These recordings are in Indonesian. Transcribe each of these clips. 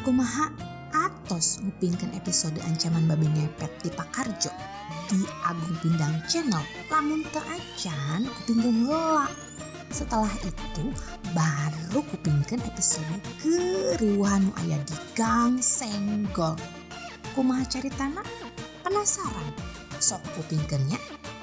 kumaha atos ngupingkeun episode ancaman babi ngepet di Pakarjo di Agung Pindang Channel. Lamun teu acan kupingkeun heula. Setelah itu baru kupingkeun episode keriuhan nu aya di Gang Senggol. Kumaha caritana? Penasaran? Sok kupingkeun nya.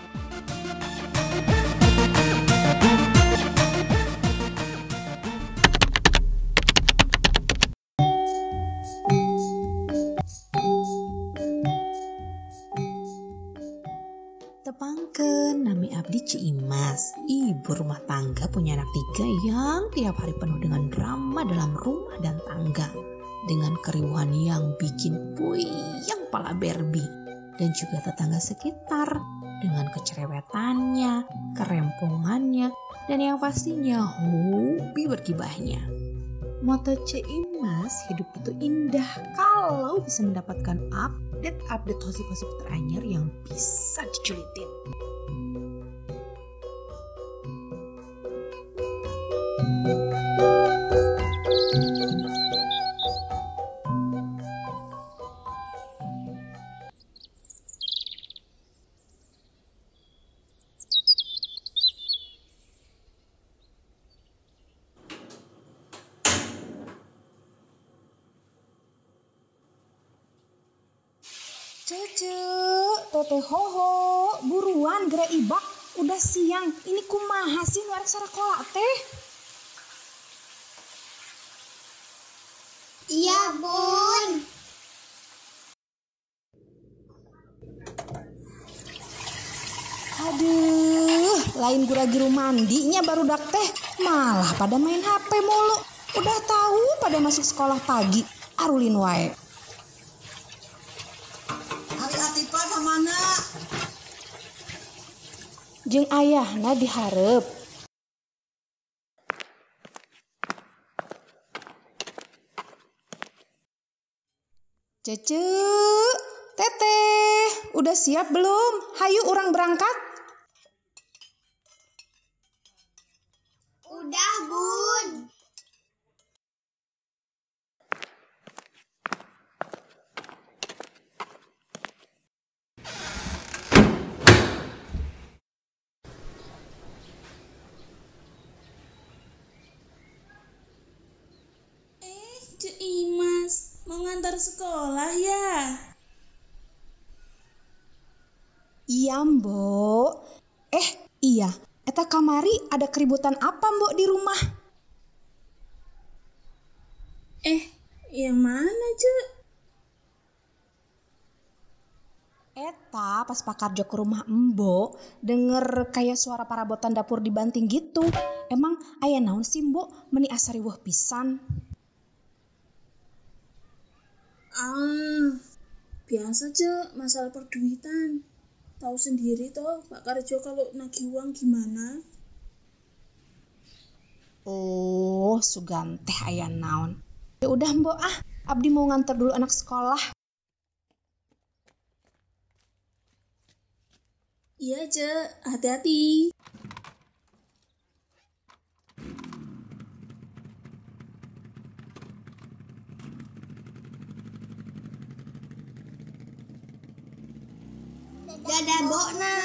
Tepangkeun nami abdi Ciimas, ibu rumah tangga punya anak 3 yang tiap hari penuh dengan drama dalam rumah dan tangga, dengan keriuhan yang bikin puyeng pala Barbie dan juga tetangga sekitar dengan kecerewetannya, kerempongannya, dan yang pastinya hobi bergibahnya. Moto Ciimas, hidup itu indah kalau bisa mendapatkan update gosip-gosip teranyar yang bisa diculitin. Cece, teteh hoho, buruan gerak ibak, udah siang. Ini kumaha sih nu arek sarakola teh? Iya, Bun. Aduh, lain gura-giru mandinya baru dak teh, malah pada main HP mulu. Udah tahu pada masuk sekolah pagi, arulin wae. Ari Atipa kamana? Jeung ayahna dihareup. Cece, teteh, udah siap belum? Hayu urang berangkat. Udah, Bun. Ciimas, mau ngantar sekolah ya? Iya, Mbok. Iya, eta kamari ada keributan apa, Mbok, di rumah? Yang mana, Cek? Eta pas Pakarjo ke rumah Mbok, denger kayak suara parabotan dapur dibanting gitu. Emang aya naon sih, Mbok? Meni asa riweuh pisan. Biasa, Cek, masalah perduitan. Tahu sendiri toh, Pak Karjo kalau nagih uang gimana? Oh, sugan teh aya naon. Ya udah, Mbok, abdi mau nganter dulu anak sekolah. Iya, Cek, hati-hati. Dadah, Bokna.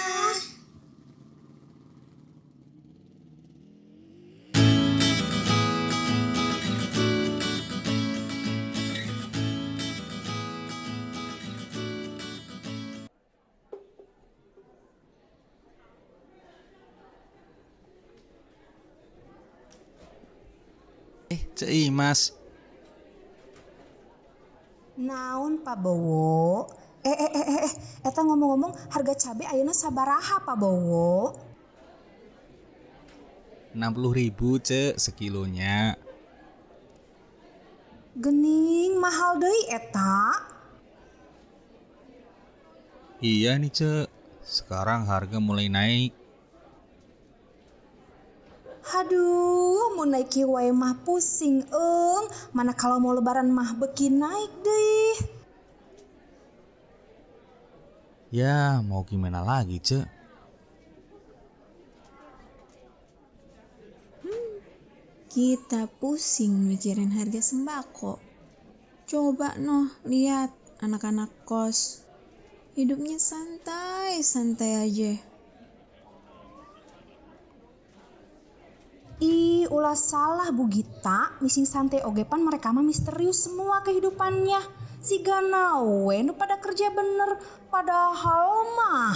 Ciimas, Naon, Pak Bowo? Eta ngomong-ngomong harga cabe ayeuna sabaraha, Pak Bowo? 60.000 Cek sekilonya. Gening mahal deui eta. Iya nih Cek, sekarang harga mulai naik. Haduh, mau naiki wae mah pusing, Mana kalau mau lebaran mah beki naik deh. Ya mau gimana lagi Cek. Kita pusing mikirin harga sembako. Coba lihat anak-anak kos. Hidupnya santai-santai aja. Ih, ulah salah Bu Gita, missing santai ogepan mereka mah misterius semua kehidupannya. Si ganawe nu pada kerja bener, padahal mah.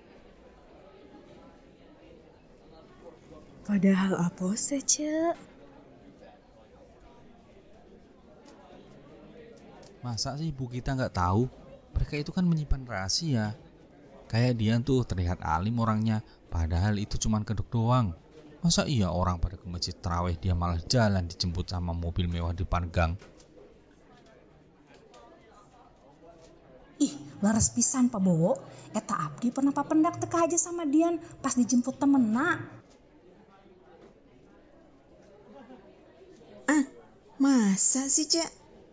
Padahal apa sih, Cek? Masa sih ibu kita nggak tahu? Mereka itu kan menyimpan rahasia. Kayak dia tuh terlihat alim orangnya, padahal itu cuman kedok doang. Masa iya orang pada ke masjid tarawih dia malah jalan dijemput sama mobil mewah di depan gang? Ih, laras pisan Pak Bowo. Eta abdi pernah papendak teka aja sama Dian pas dijemput temenna. Masa sih, Cek?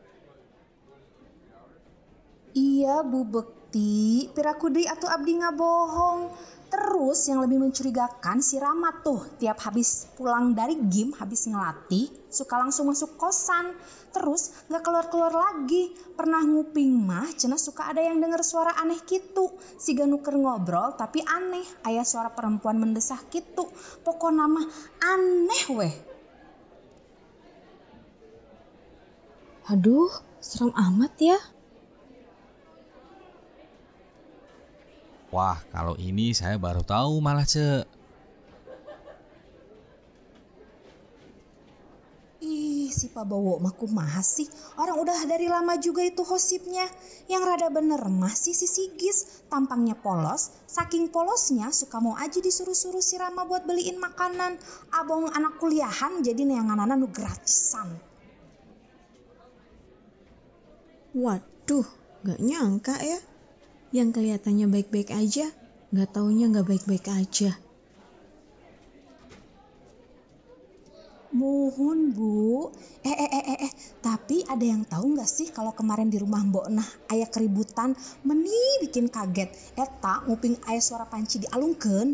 Iya Bu Bekti, piraku deui atuh abdi ngabohong. Terus yang lebih mencurigakan si Rama tuh tiap habis pulang dari gym, habis ngelatih, suka langsung masuk kosan. Terus gak keluar-keluar lagi. Pernah nguping mah cenah suka ada yang denger suara aneh gitu. Si nuker ngobrol tapi aneh, aya suara perempuan mendesah gitu. Pokoknya mah aneh weh. Aduh, serem amat ya. Wah, kalau ini saya baru tahu malah, Cek. Ih, si Pak Bowo mah kumaha sih? Orang udah dari lama juga itu hosipnya. Yang rada bener mah si Sigis. Tampangnya polos, saking polosnya suka mau aja disuruh-suruh si Rama buat beliin makanan. Abong anak kuliahan jadi neanganana nu gratisan. Waduh, gak nyangka ya. Yang kelihatannya baik-baik aja, gak taunya gak baik-baik aja. Muhun Bu. Tapi ada yang tahu nggak sih kalau kemarin di rumah Mbok Nah aya keributan, meni bikin kaget. Eta nguping aya suara panci dialungkeun.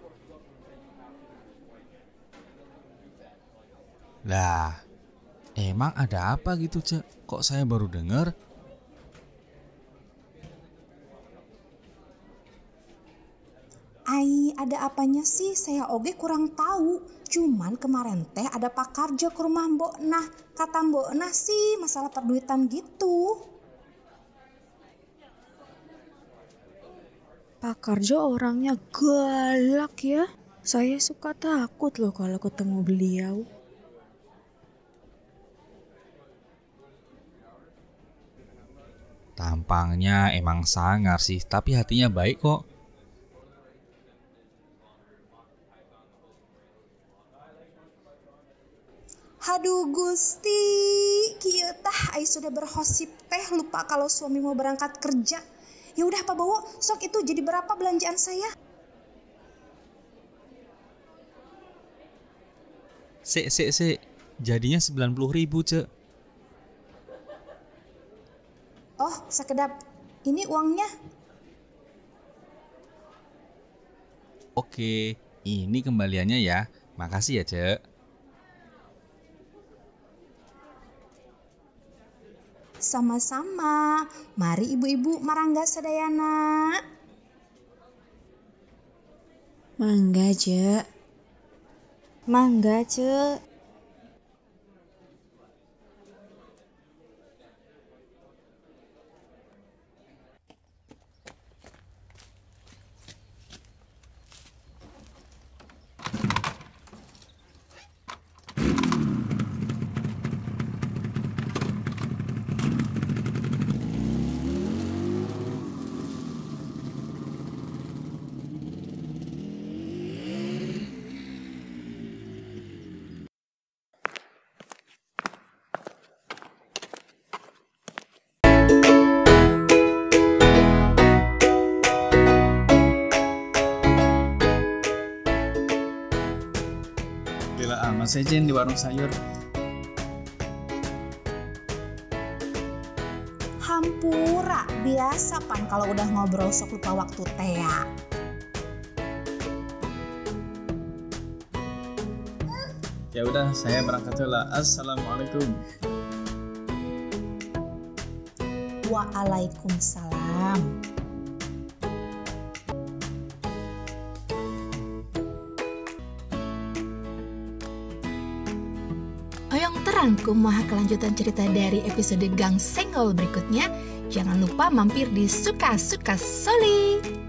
Lah, emang ada apa gitu, Cek? Kok saya baru denger? Ai, ada apanya sih? Saya oge kurang tahu. Cuman kemarin teh ada Pak Karjo ke rumah Mbok Nah. Kata Mbok Nah sih masalah perduitan gitu. Pak Karjo orangnya galak ya. Saya suka takut loh kalau ketemu beliau. Tampangnya emang sangar sih, tapi hatinya baik kok. Haduh Gusti, kieu tah ai sudah berhosip teh lupa kalau suami mau berangkat kerja. Ya udah Pak Bowo, sok itu jadi berapa belanjaan saya? Sik. Jadinya 90.000, Cek. Oh, sekedap. Ini uangnya. Oke, ini kembaliannya ya. Makasih ya, Cek. Sama-sama. Mari ibu-ibu marangga sadayana. Mangga, Cek. Mangga, Cek. Gila amat saya Jen di warung sayur. Hampura, biasa pan kalau udah ngobrol sok lupa waktu teh ya. Ya udah, saya berangkat dulu lah. Assalamualaikum. Waalaikumsalam. Oyong terang kumaha kelanjutan cerita dari episode Gang Senggol berikutnya. Jangan lupa mampir di Suka-Suka Soli.